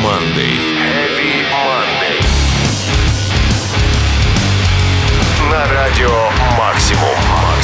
Monday. Heavy Monday. На радио Максимум.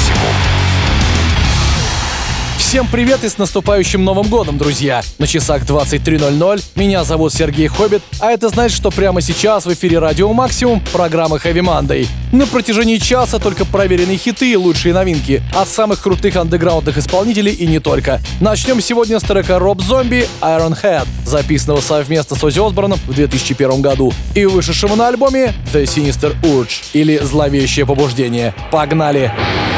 Всем привет и с наступающим Новым годом, друзья! На часах 23:00. Меня зовут Сергей Хоббит, а это значит, что прямо сейчас в эфире Радио Максимум программа Heavy Monday. На протяжении часа только проверенные хиты и лучшие новинки от самых крутых андеграундных исполнителей и не только. Начнем сегодня с трека Rob Zombie Iron Head, записанного совместно с Оззи Осборном в 2001 году и вышедшего на альбоме The Sinister Urge или Зловещее побуждение. Погнали!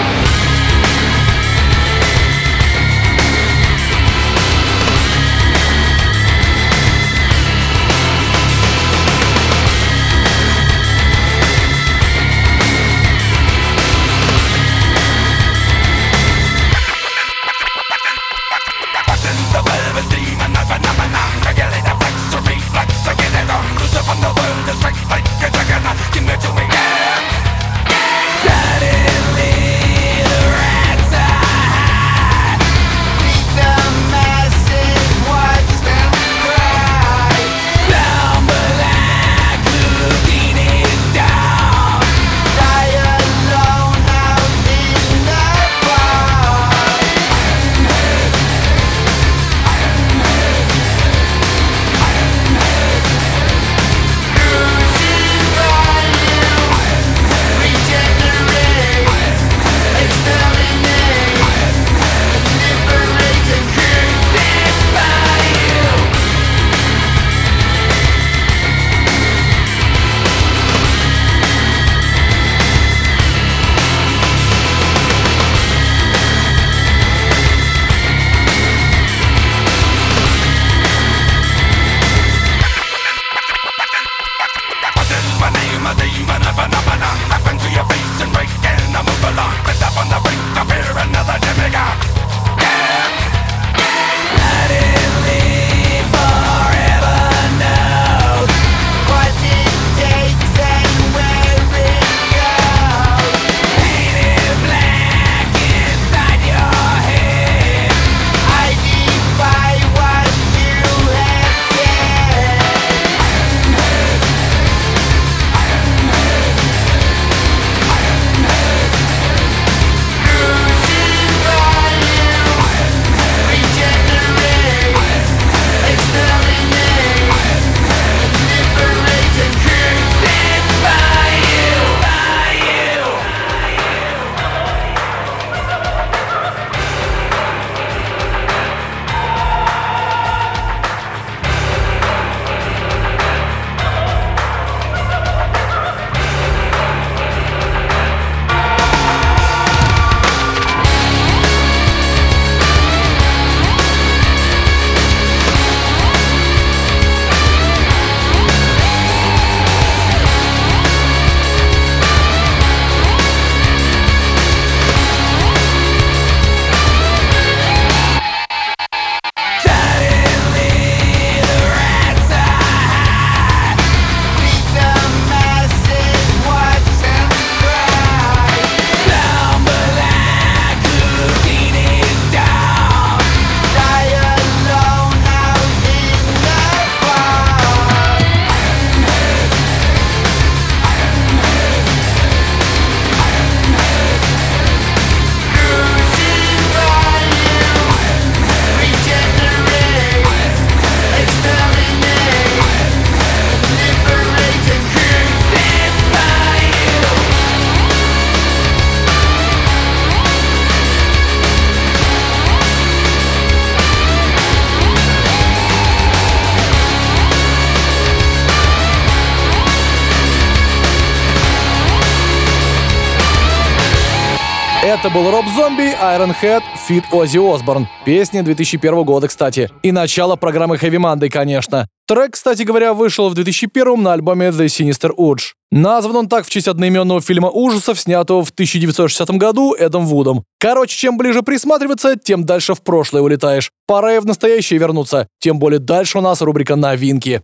Это был Rob Zombie Iron Head feat. Оззи Осборн. Песня 2001 года, кстати. И начало программы Heavy Monday, конечно. Трек, кстати говоря, вышел в 2001 на альбоме The Sinister Urge. Назван он так в честь одноименного фильма ужасов, снятого в 1960 году Эдом Вудом. Короче, чем ближе присматриваться, тем дальше в прошлое улетаешь. Пора и в настоящее вернуться. Тем более дальше у нас рубрика «Новинки».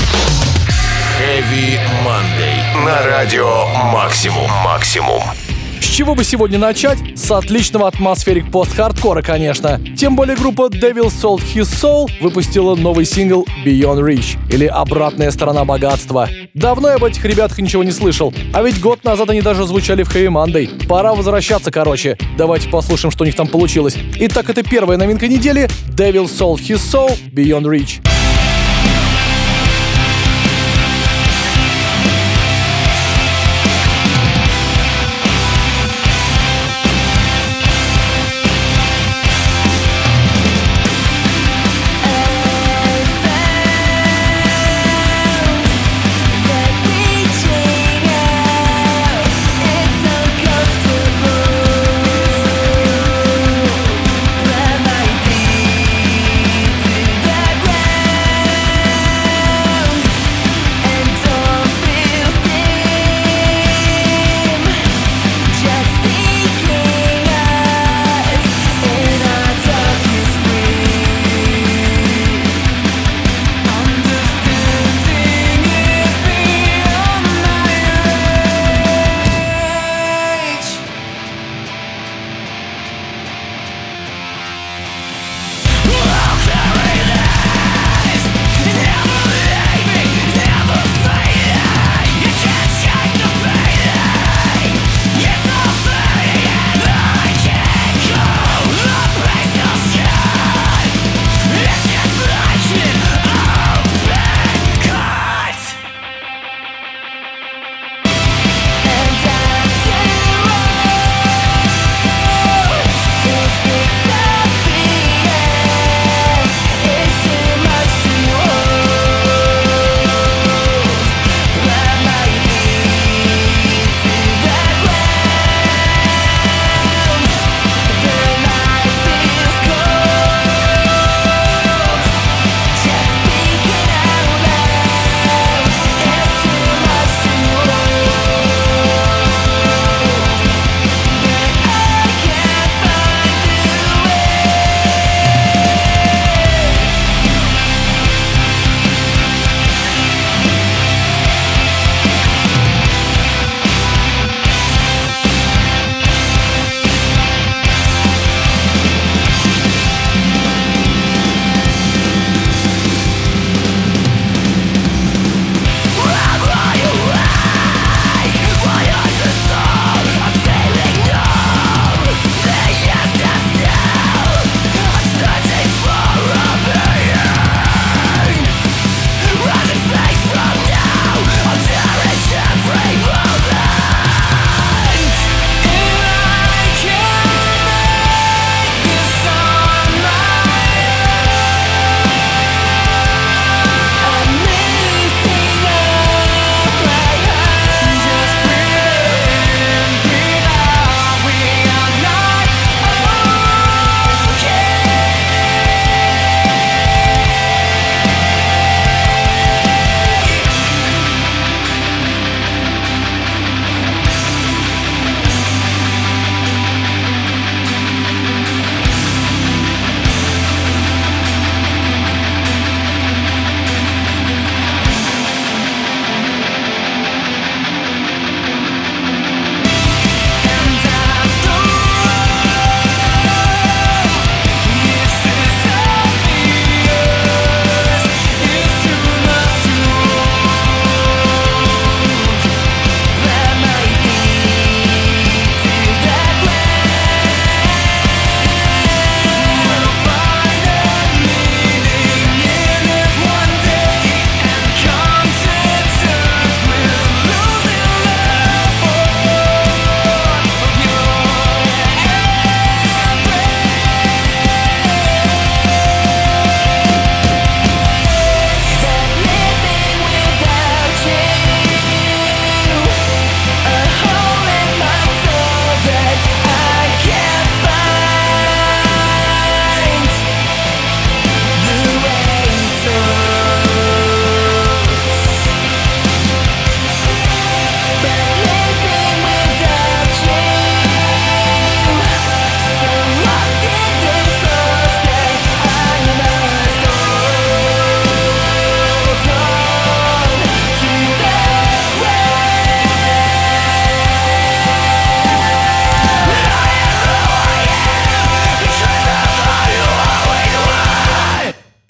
Heavy Monday. На радио Максимум. С чего бы сегодня начать? С отличного атмосферик пост-хардкора, конечно. Тем более группа Devil Sold His Soul выпустила новый сингл Beyond Reach, или «Обратная сторона богатства». Давно я об этих ребятах ничего не слышал, а ведь год назад они даже звучали в Heavy Monday. Пора возвращаться, короче. Давайте послушаем, что у них там получилось. Итак, это первая новинка недели — Devil Sold His Soul Beyond Reach. From my feet to the ground.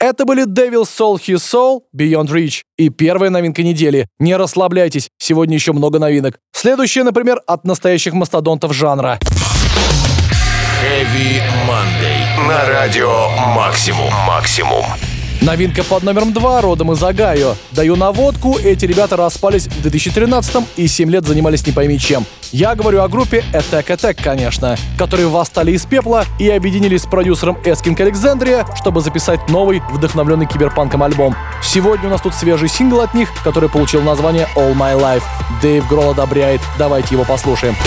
Это были Devil's Soul His Soul, Beyond Reach. И первая новинка недели. Не расслабляйтесь, сегодня еще много новинок. Следующая, например, от настоящих мастодонтов жанра. Heavy Monday. На радио Максимум. Новинка под номером 2, родом из Огайо. Даю наводку, эти ребята распались в 2013-м и 7 лет занимались не пойми чем. Я говорю о группе Attack Attack, конечно, которые восстали из пепла и объединились с продюсером Эскинг Александрия, чтобы записать новый, вдохновленный киберпанком альбом. Сегодня у нас тут свежий сингл от них, который получил название All My Life. Дэйв Гролл одобряет, давайте его послушаем.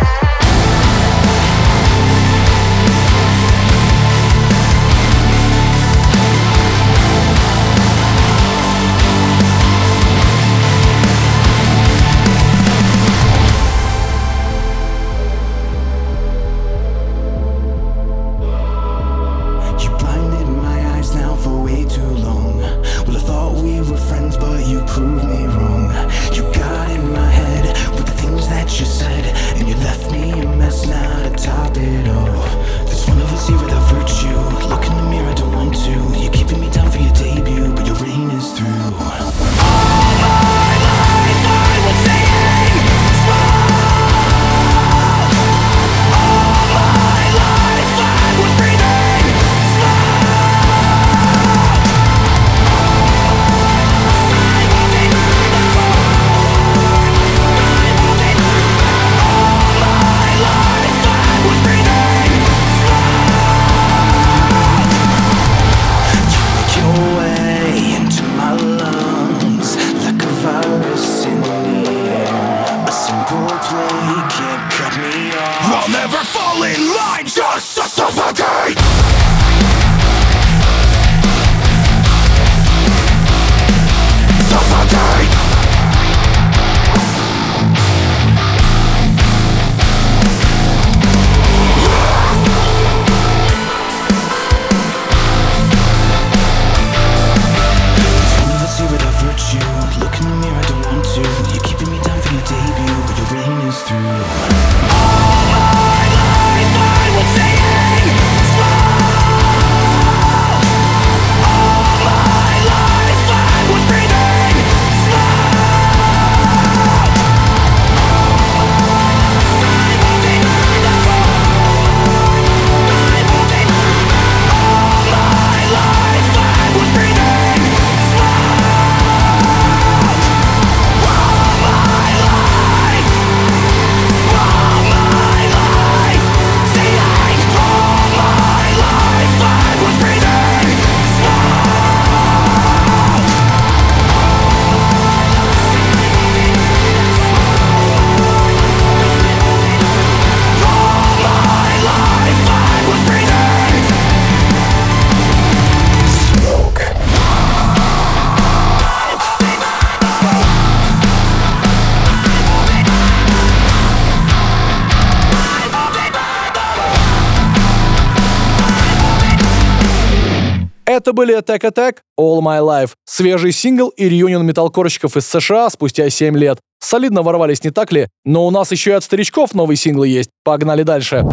Это были Attack Attack, All My Life. Свежий сингл и реюнион металкорщиков из США спустя 7 лет. Солидно ворвались, не так ли? Но у нас еще и от старичков новый сингл есть. Погнали дальше.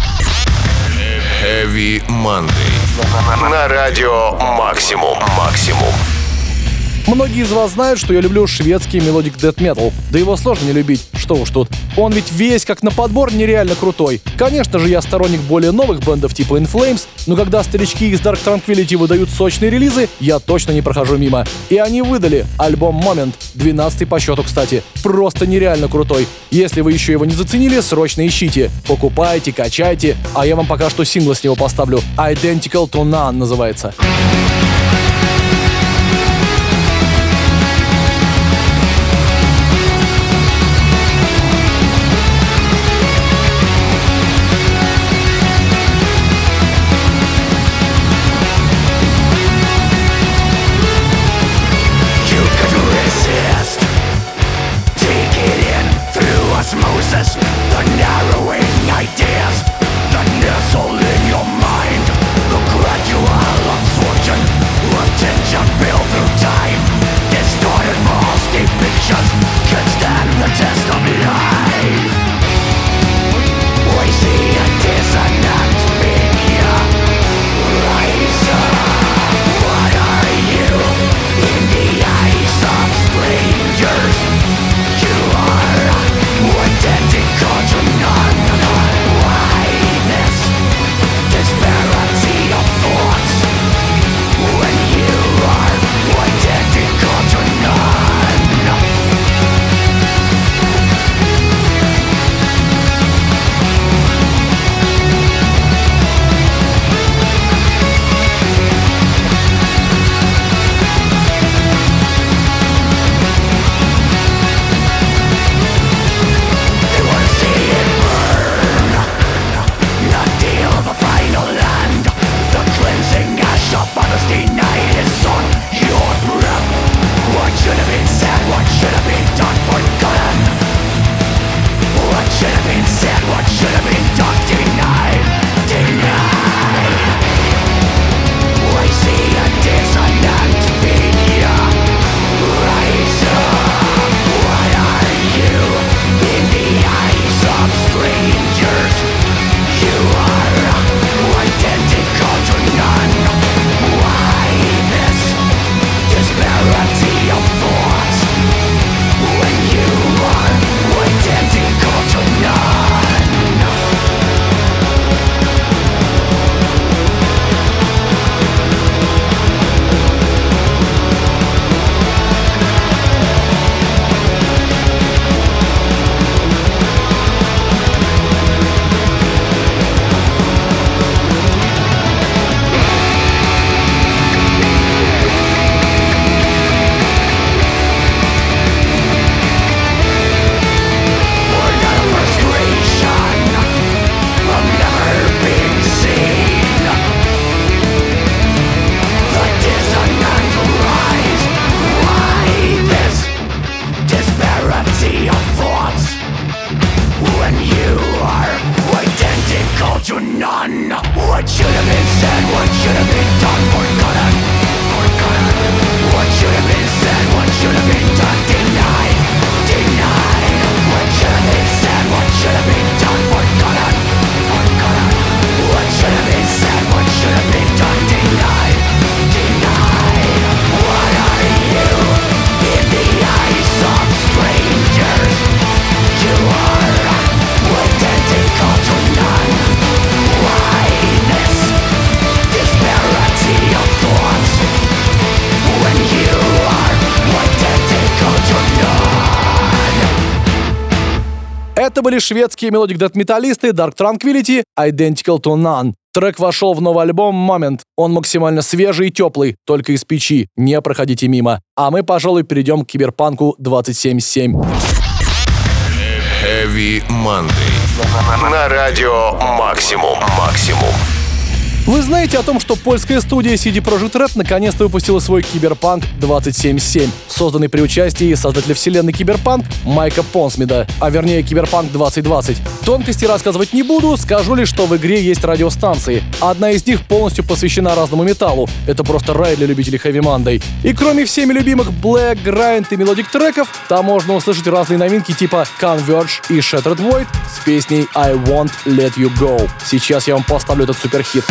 Heavy Monday. На радио Максимум. Многие из вас знают, что я люблю шведский мелодик дэт метал. Да его сложно не любить, что уж тут. Он ведь весь как на подбор нереально крутой. Конечно же, я сторонник более новых бэндов типа In Flames, но когда старички из Dark Tranquillity выдают сочные релизы, я точно не прохожу мимо. И они выдали альбом Moment, 12-й по счету, кстати. Просто нереально крутой. Если вы еще его не заценили, срочно ищите. Покупайте, качайте, а я вам пока что сингл с него поставлю. Identical to None называется. The narrowing ideas, the nestle in your mind, the gradual absorption. should have been said, what should have been done, forgotten. What should have been said, what should have been done, denied. What should have been said, what should have been done, forgotten. What should have been said, what should have been done, denied. What are you in the eyes of strangers? You are identical to none. Why this disparity of thoughts when you are identical to none? Это были шведские мелодик-дэт-металлисты Dark Tranquillity, Identical to None. Трек вошел в новый альбом Moment. Он максимально свежий и теплый, только из печи. Не проходите мимо. А мы, пожалуй, перейдем к Киберпанку 27.7. Heavy Monday. На радио Максимум. Вы знаете о том, что польская студия CD Projekt Red наконец-то выпустила свой Киберпанк 27.7, созданный при участии создателя вселенной Киберпанк Майка Понсмида, а вернее Киберпанк 2020. Тонкости рассказывать не буду, скажу лишь, что в игре есть радиостанции. Одна из них полностью посвящена разному металлу. Это просто рай для любителей Heavy Monday. И кроме всеми любимых Black, Grind и мелодик треков, там можно услышать разные новинки типа Converge и Shattered Void с песней I Won't Let You Go. Сейчас я вам поставлю этот суперхит.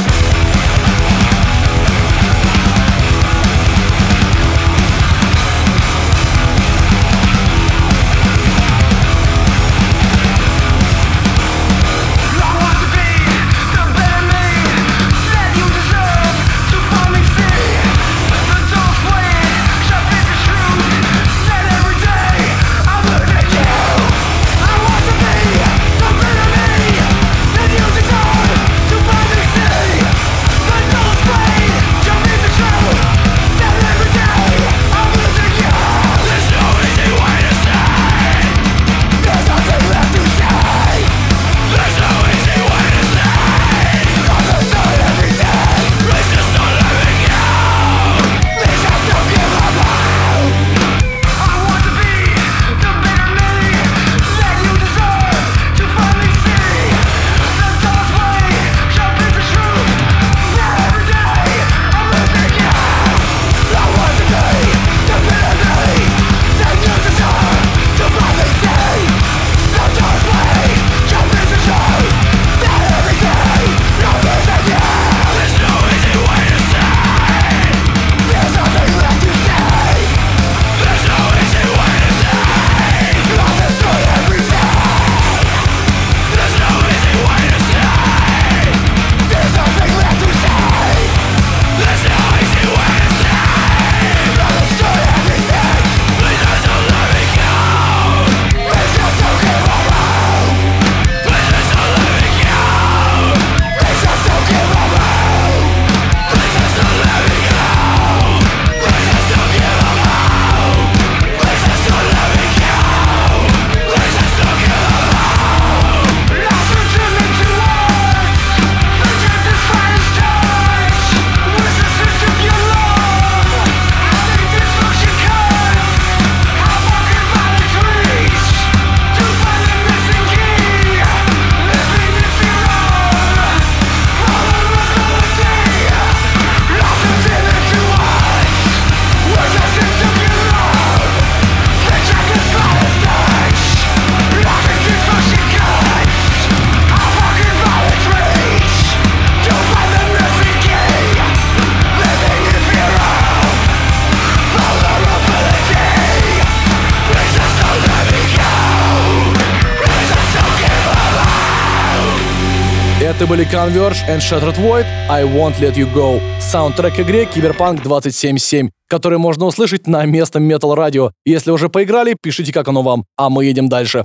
Это были Converge and Shattered Void, I Won't Let You Go. Саундтрек к игре Киберпанк 27.7, который можно услышать на местном Metal Radio. Если уже поиграли, пишите, как оно вам. А мы едем дальше.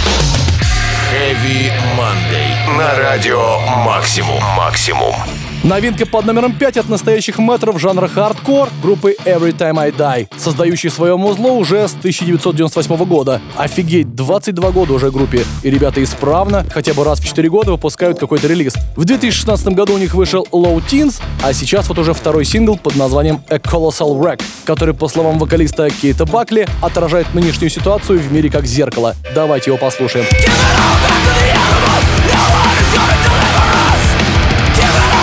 Heavy Monday. На радио Максимум. Новинка под номером 5 от настоящих мэтров жанра хардкор группы Every Time I Die, создающей свое музло уже с 1998 года. Офигеть, 22 года уже группе, и ребята исправно, хотя бы раз в 4 года выпускают какой-то релиз. В 2016 году у них вышел Low Teens, а сейчас вот уже второй сингл под названием A Colossal Wreck, который, по словам вокалиста Кейта Бакли, отражает нынешнюю ситуацию в мире как зеркало. Давайте его послушаем. Give it all back to the animals. No one is gonna deliver us. Give it all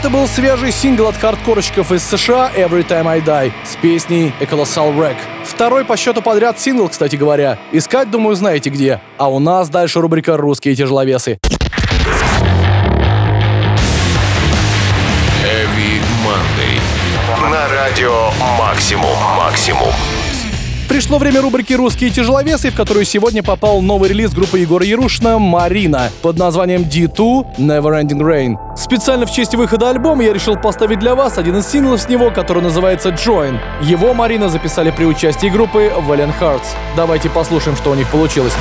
Это был свежий сингл от хардкорщиков из США «Every Time I Die» с песней «A Colossal Wreck». Второй по счету подряд сингл, кстати говоря. Искать, думаю, знаете где. А у нас дальше рубрика «Русские тяжеловесы». Heavy Monday. На радио Максимум. Пришло время рубрики «Русские тяжеловесы», в которую сегодня попал новый релиз группы Егора Ярушина «Марина» под названием D2 Never Ending Rain. Специально в честь выхода альбома я решил поставить для вас один из синглов с него, который называется «Join». Его «Марина» записали при участии группы Valiant Hearts. Давайте послушаем, что у них получилось.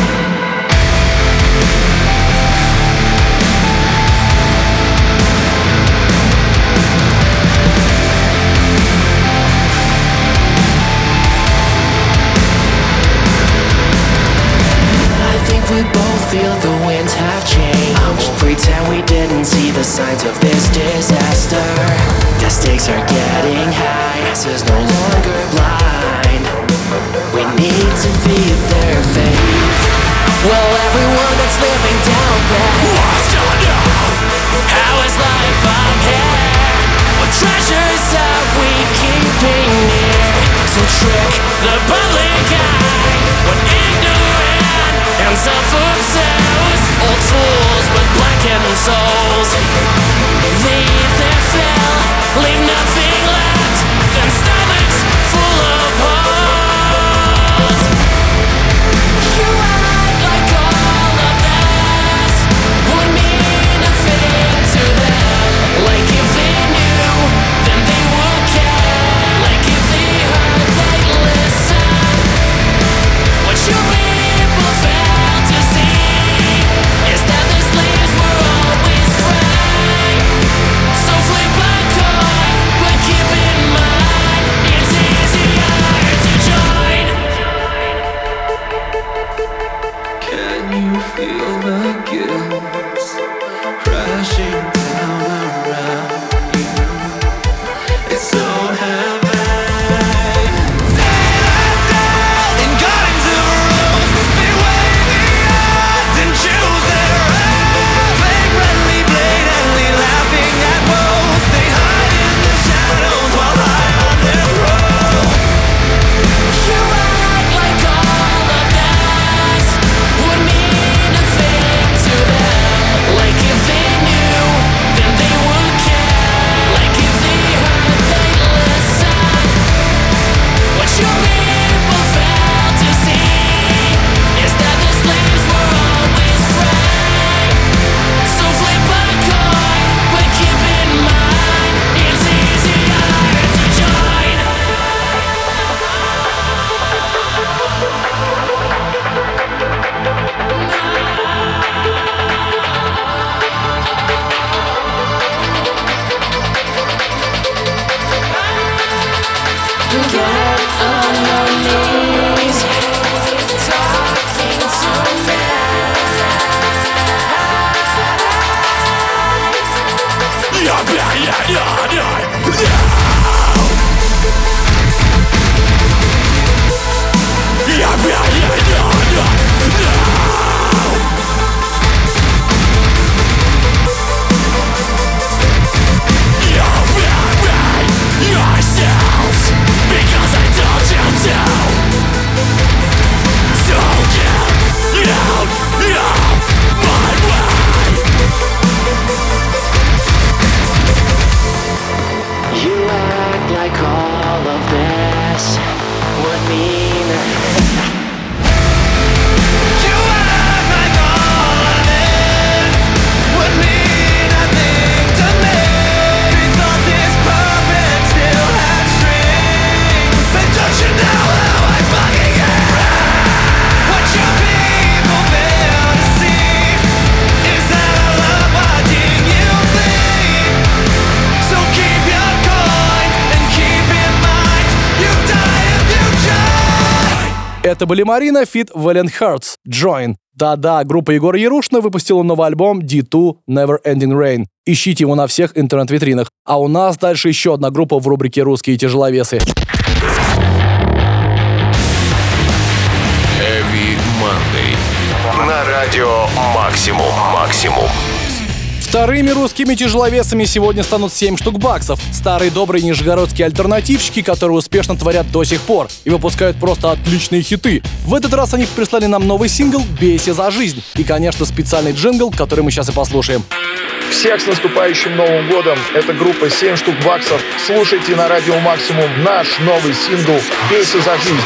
Feel the winds have changed. I won't pretend we didn't see the signs of this disaster. The stakes are getting high, is no longer blind. We need to feed their faith. Well, everyone that's living down there wants to know, how is life up here? What treasures are we keeping near to trick the public eye? When ignorant and self-obsessed, old fools with blackened souls leave their fill, leave nothing left than stomachs full of holes. You act like all of this would mean a thing to them. Like if they knew, then they would care. Like if they heard, they'd listen. What you people fail to see is that the slaves were always free. So flip a coin, but keep in mind it's easier to join. Can you feel the guilt crashing down around you? It's so heavy. Sail down and got into rooms. They weigh the odds and choose their own. Flagrantly, blatantly laughing at woes. They hide in the shadows while high on their throne. You act like all of this would mean a thing to them. Like if they knew, then they would care. Like if they heard, they'd listen. What you people fail to see is that the slaves were always free. So flip a coin, but keep in mind it's easier to join. Get on your knees, talking to me. Yourselves, because I told you to. So get out of my way. You act like all of this would mean You act like all of this would mean nothing to me. We thought this puppet still had strings, but don't you know how I fucking am? What you people fail to see is that I love watching you bleed. So keep your coin and keep in mind you die if you join. Это были Марина feat. Valiant Hearts «Join». Да-да, группа Егора Ярушина выпустила новый альбом D2 Never Ending Rain. Ищите его на всех интернет-витринах. А у нас дальше еще одна группа в рубрике «Русские тяжеловесы». Heavy Monday. На радио Максимум. Вторыми русскими тяжеловесами сегодня станут 7 штук баксов. Старые добрые нижегородские альтернативщики, которые успешно творят до сих пор и выпускают просто отличные хиты. В этот раз они прислали нам новый сингл «Бейся за жизнь» и, конечно, специальный джингл, который мы сейчас и послушаем. Всех с наступающим Новым годом! Это группа 7 штук баксов. Слушайте на Радио Максимум наш новый сингл «Бейся за жизнь».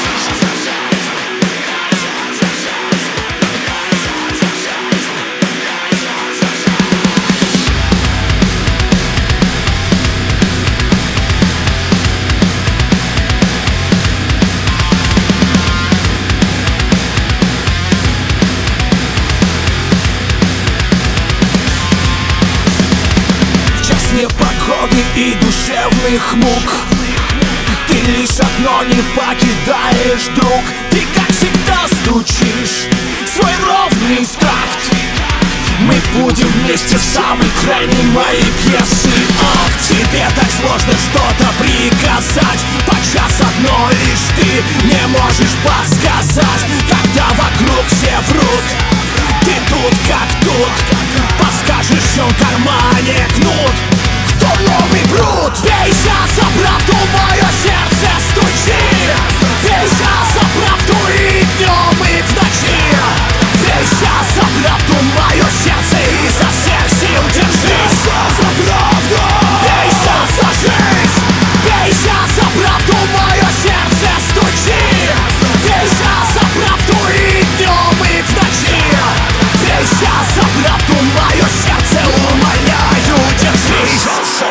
Непогоды и душевных мук ты лишь одно не покидаешь, друг. Ты, как всегда, стучишь свой ровный такт. Мы будем вместе в самой крайней моей пьесы. Ах, тебе так сложно что-то приказать. Подчас одно лишь ты не можешь подсказать. Когда вокруг все врут, ты тут как тут. Подскажешь, в чем кармане кнут. Кто новый бруд? Бейся за правду, мое сердце стучи. Бейся за правду и днем, и в ночи. Бейся за правду, мое сердце изо всех сил держись. За правду. Бейся за жизнь. Бейся за правду, мое сердце стучи. Бейся за правду и днем, и в ночи. Бейся за правду, мое сердце, умоляю, держись.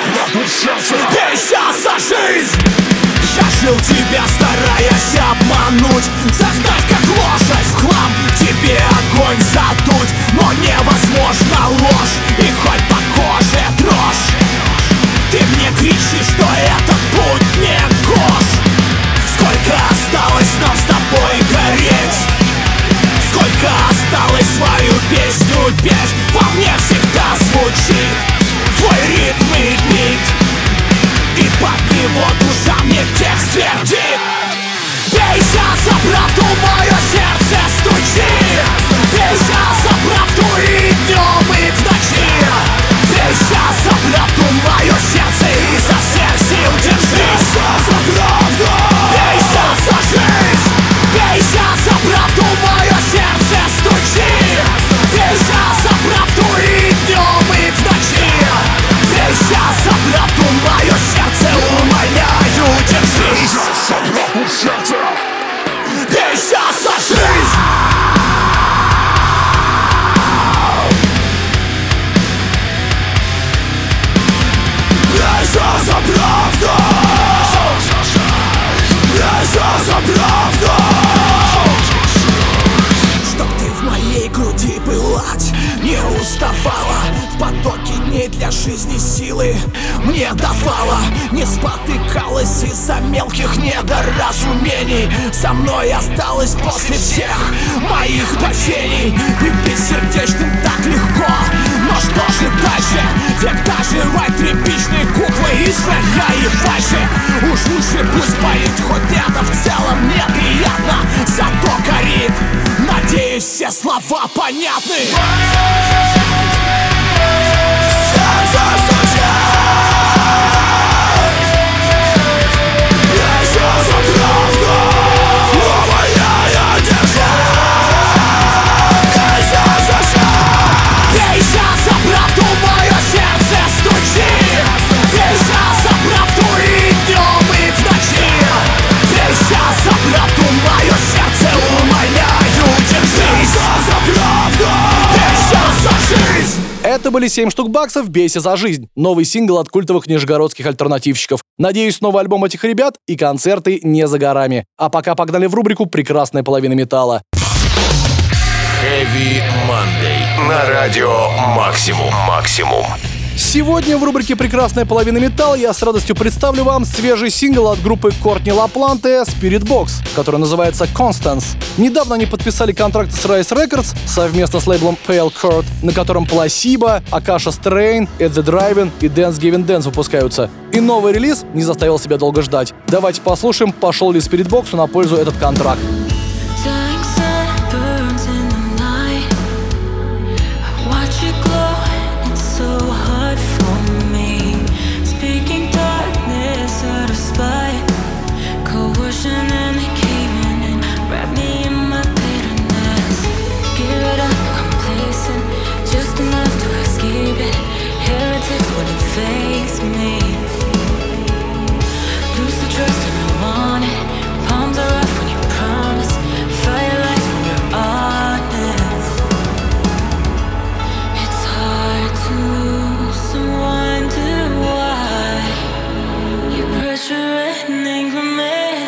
Бейся за жизнь. Я жил тебя, стараясь обмануть, загнать как лошадь в хлам, тебе огонь задуть. Но невозможно ложь, и хоть по коже дрожь. Ты мне кричишь, что этот путь не гож. Сколько осталось нам с тобой гореть? Сколько осталось свою песню петь? Во мне всегда звучит твой ритм и бит, и под него душа мне текст твердит. Бейся за правду, мое сердце стучи. Бейся за правду и днем, и в ночи. Бейся за правду, мое сердце изо всех сил держись. За правду. Бейся за жизнь. Бейся за правду, мое сердце стучи. Бейся за правду и днем, и в ночи. Бейся за правду, мое сердце, умоляю, держись. Бейся за жизнь. Бейся за правду. Бейся за правду. Чтоб ты в моей груди пылать не уставала, в потоке дней для жизни силы мне давала, не спотыкалась из-за мелких недоразумений. Со мной осталось после всех моих падений. Быть бессердечным так легко, но что же дальше? Век доживать тряпичные куклы из вранья и фальши. Уж лучше пусть поит, хоть это в целом неприятно, зато горит. Надеюсь, все слова понятны. Сердце стучит. Бейся за правду, умоляю, держись. Бейся за жизнь. Бейся за правду, мое сердце стучи. Бейся за правду и днем, и в ночи. Бейся за правду, мое сердце, умоляю, держись. За правду. Бейся за жизнь. Это были 7 штук баксов «Бейся за жизнь». Новый сингл от культовых нижегородских альтернативщиков. Надеюсь, новый альбом этих ребят и концерты не за горами. А пока погнали в рубрику «Прекрасная половина металла». Heavy Monday. На радио Максимум. Сегодня в рубрике «Прекрасная половина металла» я с радостью представлю вам свежий сингл от группы Кортни Лапланте «Spirit Box», который называется «Constance». Недавно они подписали контракт с Rise Records совместно с лейблом Pale Court, на котором Placebo, Akasha Strain, At The Drive-In и Dance Giving Dance выпускаются. И новый релиз не заставил себя долго ждать. Давайте послушаем, пошел ли Spirit Box на пользу этот контракт. face me. Lose the trust and I want it. Palms are rough when you promise. Firelights when you're honest. It's hard to lose and wonder why. Your pressure and increment.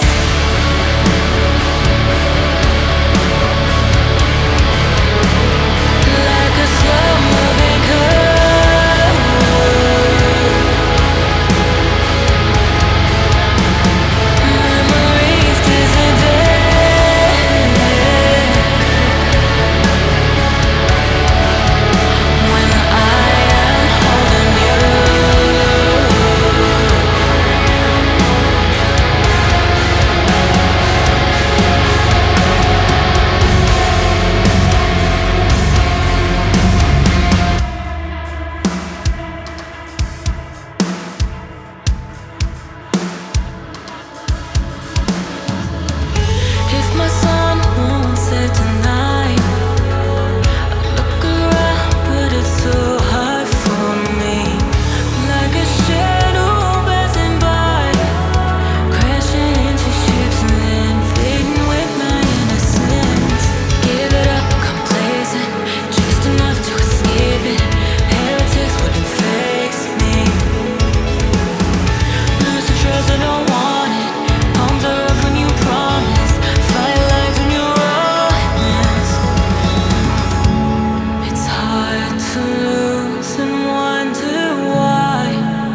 Like a slow-moving curve. Memories disappear when I am holding you. If my sun won't set tonight, I look around, but it's so hard for me. Like a shadow passing by, crashing into ships and then fading with my innocence. Give it up, complacent, just enough to escape it. Heretics wouldn't face me. Lose the trust, I don't want it. Palms are up when you promise. Firelights when you're honest. It's hard to lose and wonder why.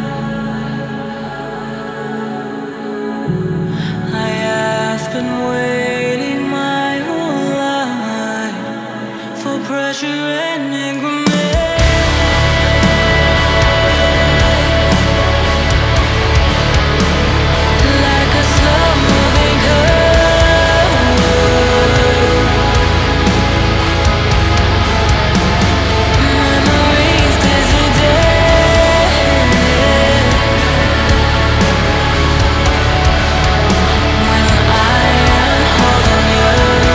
I have been waiting my whole life for pressure and increment. Like a slow-moving curve. Memories disappear when I am holding you.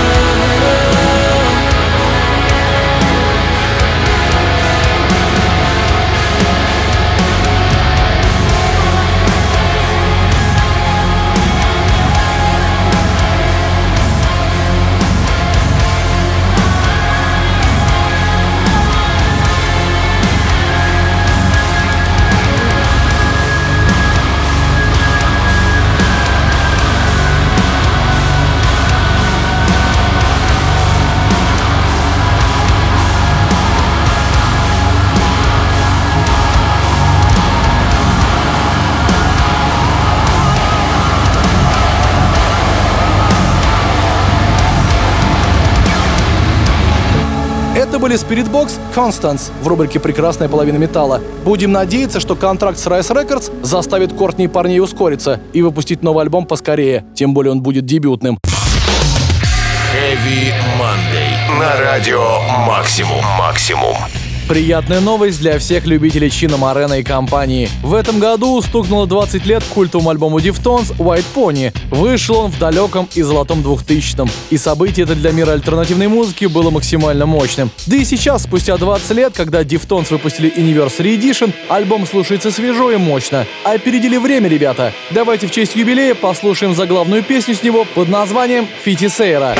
Это были Spiritbox Constance в рубрике «Прекрасная половина металла». Будем надеяться, что контракт с Rise Records заставит Кортни и парней ускориться и выпустить новый альбом поскорее, тем более он будет дебютным. Heavy Monday на радио Максимум. Приятная новость для всех любителей Чино Морено и компании. В этом году стукнуло 20 лет культовому альбому Deftones White Pony. Вышел он в далеком и золотом 2000-м. И событие это для мира альтернативной музыки было максимально мощным. Да и сейчас, спустя 20 лет, когда Deftones выпустили Anniversary Edition, альбом слушается свежо и мощно. Опередили время, ребята. Давайте в честь юбилея послушаем заглавную песню с него под названием «Feiticeira».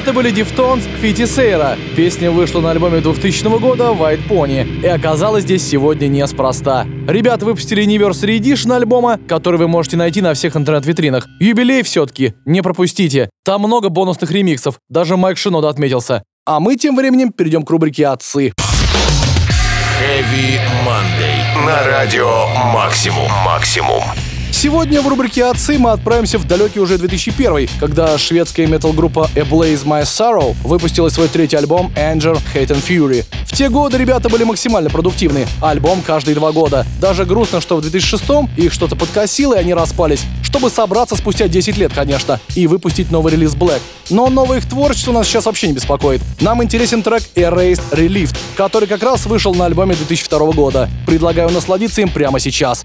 Это были Deftones, Фити Сейра. Песня вышла на альбоме 2000 года White Pony и оказалась здесь сегодня неспроста. Ребята выпустили Anniversary Edition альбома, который вы можете найти на всех интернет-витринах. Юбилей все-таки, не пропустите. Там много бонусных ремиксов, даже Майк Шинода отметился. А мы тем временем перейдем к рубрике «Отцы». Heavy Monday. На радио Максимум. Сегодня в рубрике «Отцы» мы отправимся в далекий уже 2001, когда шведская метал-группа A Blaze My Sorrow выпустила свой третий альбом Anger, Hate and Fury. В те годы ребята были максимально продуктивны. Альбом каждые 2 года. Даже грустно, что в 2006-м их что-то подкосило и они распались, чтобы собраться спустя 10 лет, конечно, и выпустить новый релиз Black. Но новое их творчество нас сейчас вообще не беспокоит. Нам интересен трек Erased Relieved, который как раз вышел на альбоме 2002 года. Предлагаю насладиться им прямо сейчас.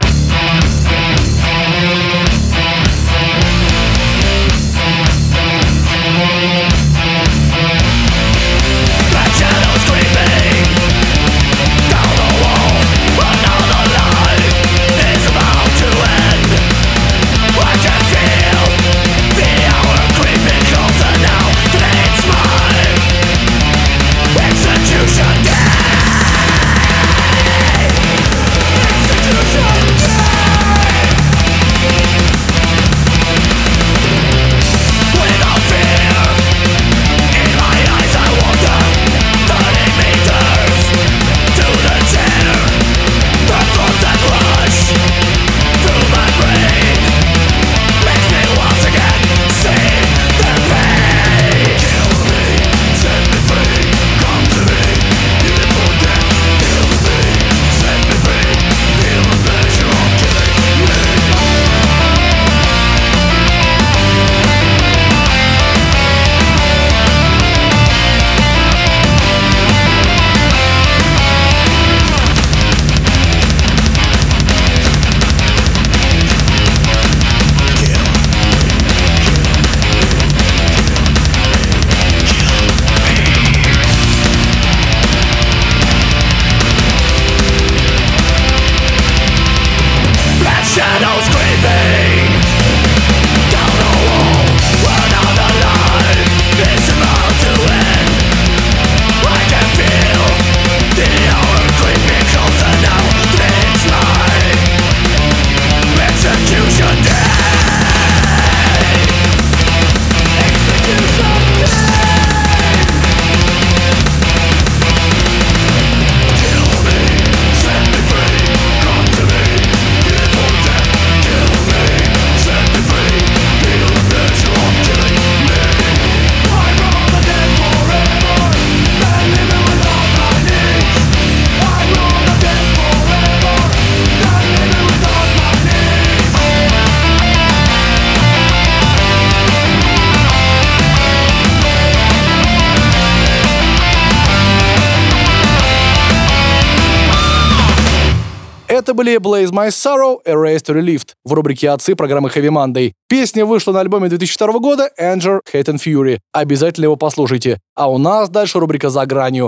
Это были Blaze My Sorrow, Erased Relieved в рубрике «Отцы» программы Heavy Monday. Песня вышла на альбоме 2002 года Anger, Hate and Fury. Обязательно его послушайте. А у нас дальше рубрика «За гранью».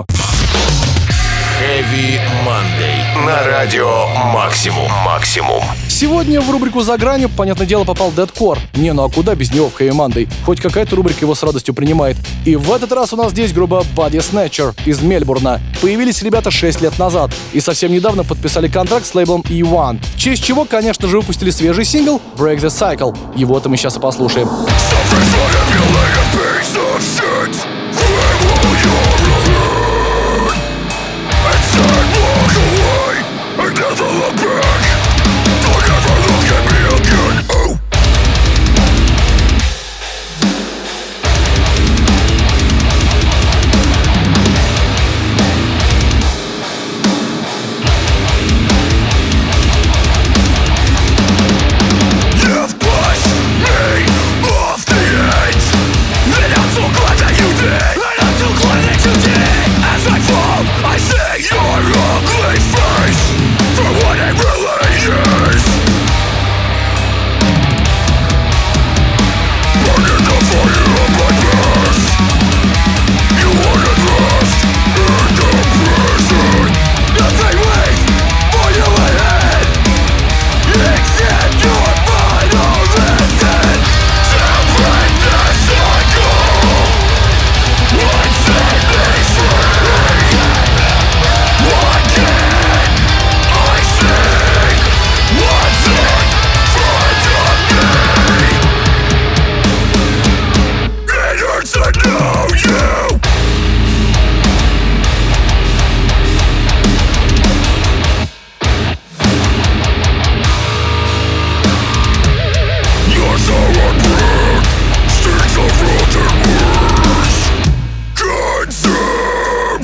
Heavy Monday. На радио Максимум. Сегодня в рубрику «За гранью», понятное дело, попал Deadcore. Не, ну а куда без него в Heavy Monday? Хоть какая-то рубрика его с радостью принимает. И в этот раз у нас здесь группа Body Snatcher из Мельбурна. Появились ребята 6 лет назад и совсем недавно подписали контракт с лейблом E1. В честь чего, конечно же, выпустили свежий сингл Break the Cycle. Его-то мы сейчас и послушаем. You've pushed me off the edge.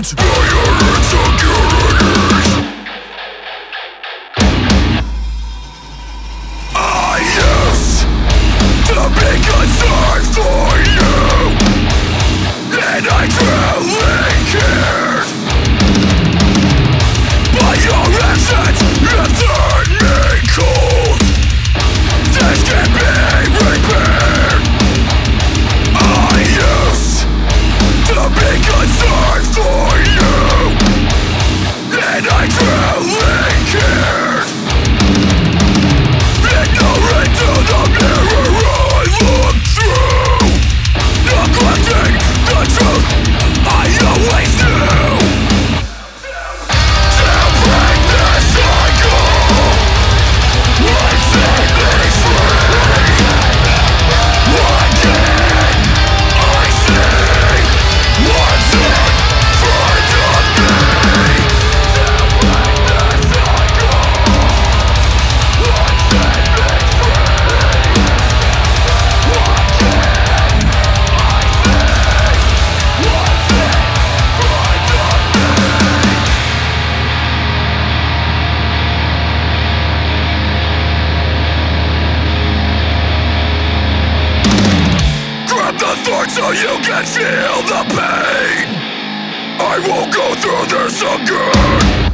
So you can feel the pain. I won't go through this again.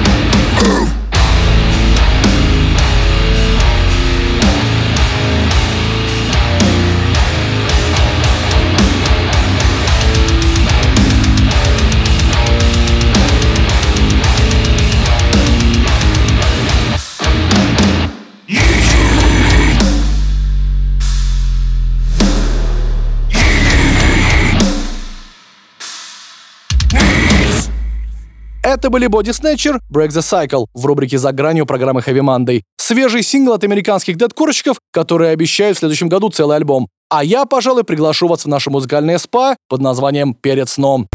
Это были Body Snatcher, Break the Cycle в рубрике «За гранью» программы Heavy Monday. Свежий сингл от американских дэткорщиков, которые обещают в следующем году целый альбом. А я, пожалуй, приглашу вас в наше музыкальное спа под названием «Перед сном».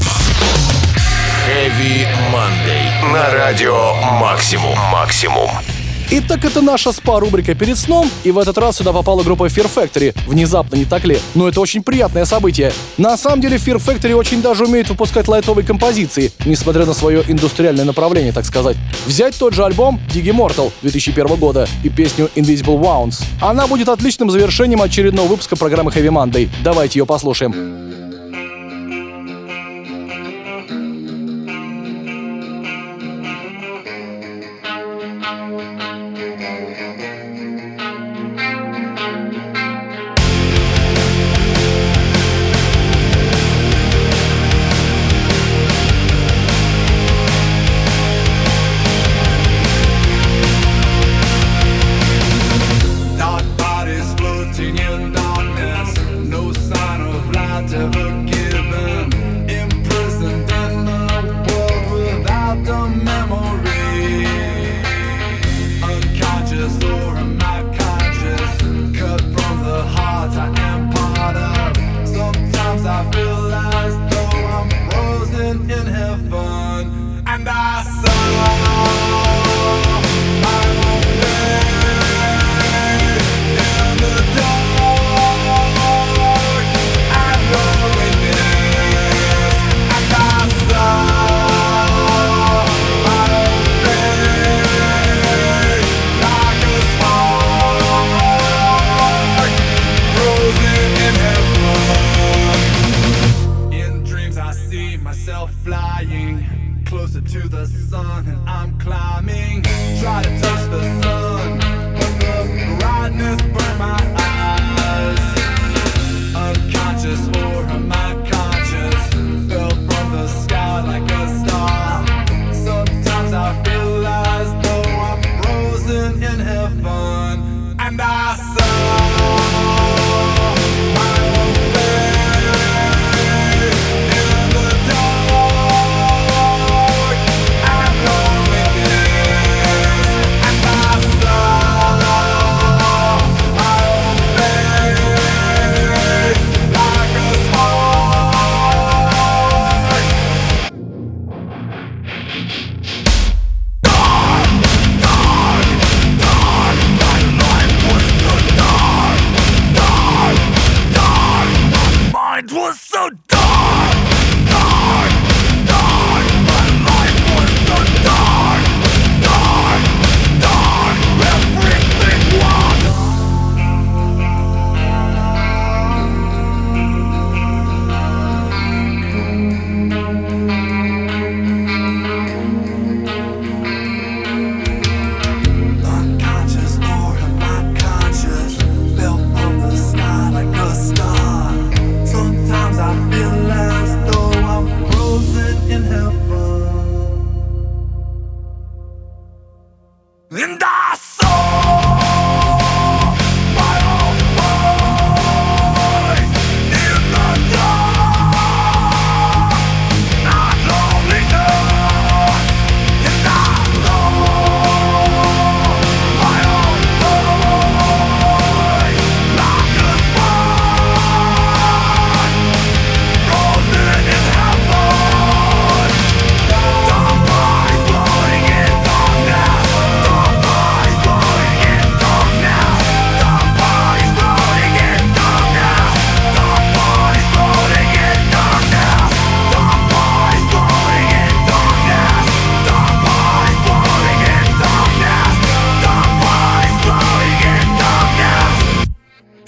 Heavy Monday на радио Максимум. Итак, это наша спа-рубрика «Перед сном», и в этот раз сюда попала группа Fear Factory. Внезапно, не так ли? Но это очень приятное событие. На самом деле Fear Factory очень даже умеет выпускать лайтовые композиции, несмотря на свое индустриальное направление, так сказать. Взять тот же альбом Dig Immortal 2001 года и песню Invisible Wounds. Она будет отличным завершением очередного выпуска программы Heavy Monday. Давайте ее послушаем.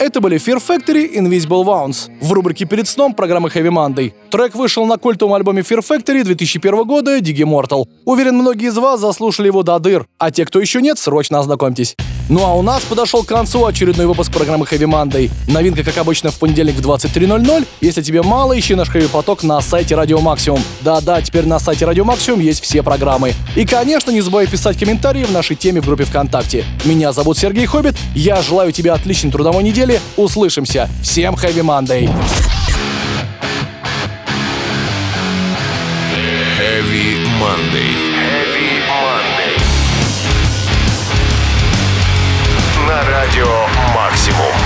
Это были Fear Factory, Invisible Wounds. В рубрике «Перед сном» программы Heavy Monday. Трек вышел на культовом альбоме Fear Factory 2001 года «Dig Immortal». Уверен, многие из вас заслушали его до дыр, а те, кто еще нет, срочно ознакомьтесь. Ну а у нас подошел к концу очередной выпуск программы Heavy Monday. Новинка, как обычно, в понедельник в 23:00. Если тебе мало, ищи наш Heavy поток на сайте Радио Максимум. Да-да, теперь на сайте Радио Максимум есть все программы. И, конечно, не забывай писать комментарии в нашей теме в группе ВКонтакте. Меня зовут Сергей Хоббит. Я желаю тебе отличной трудовой недели. Услышимся. Всем Heavy Monday. Heavy Monday. Heavy Monday. На радио Максимум.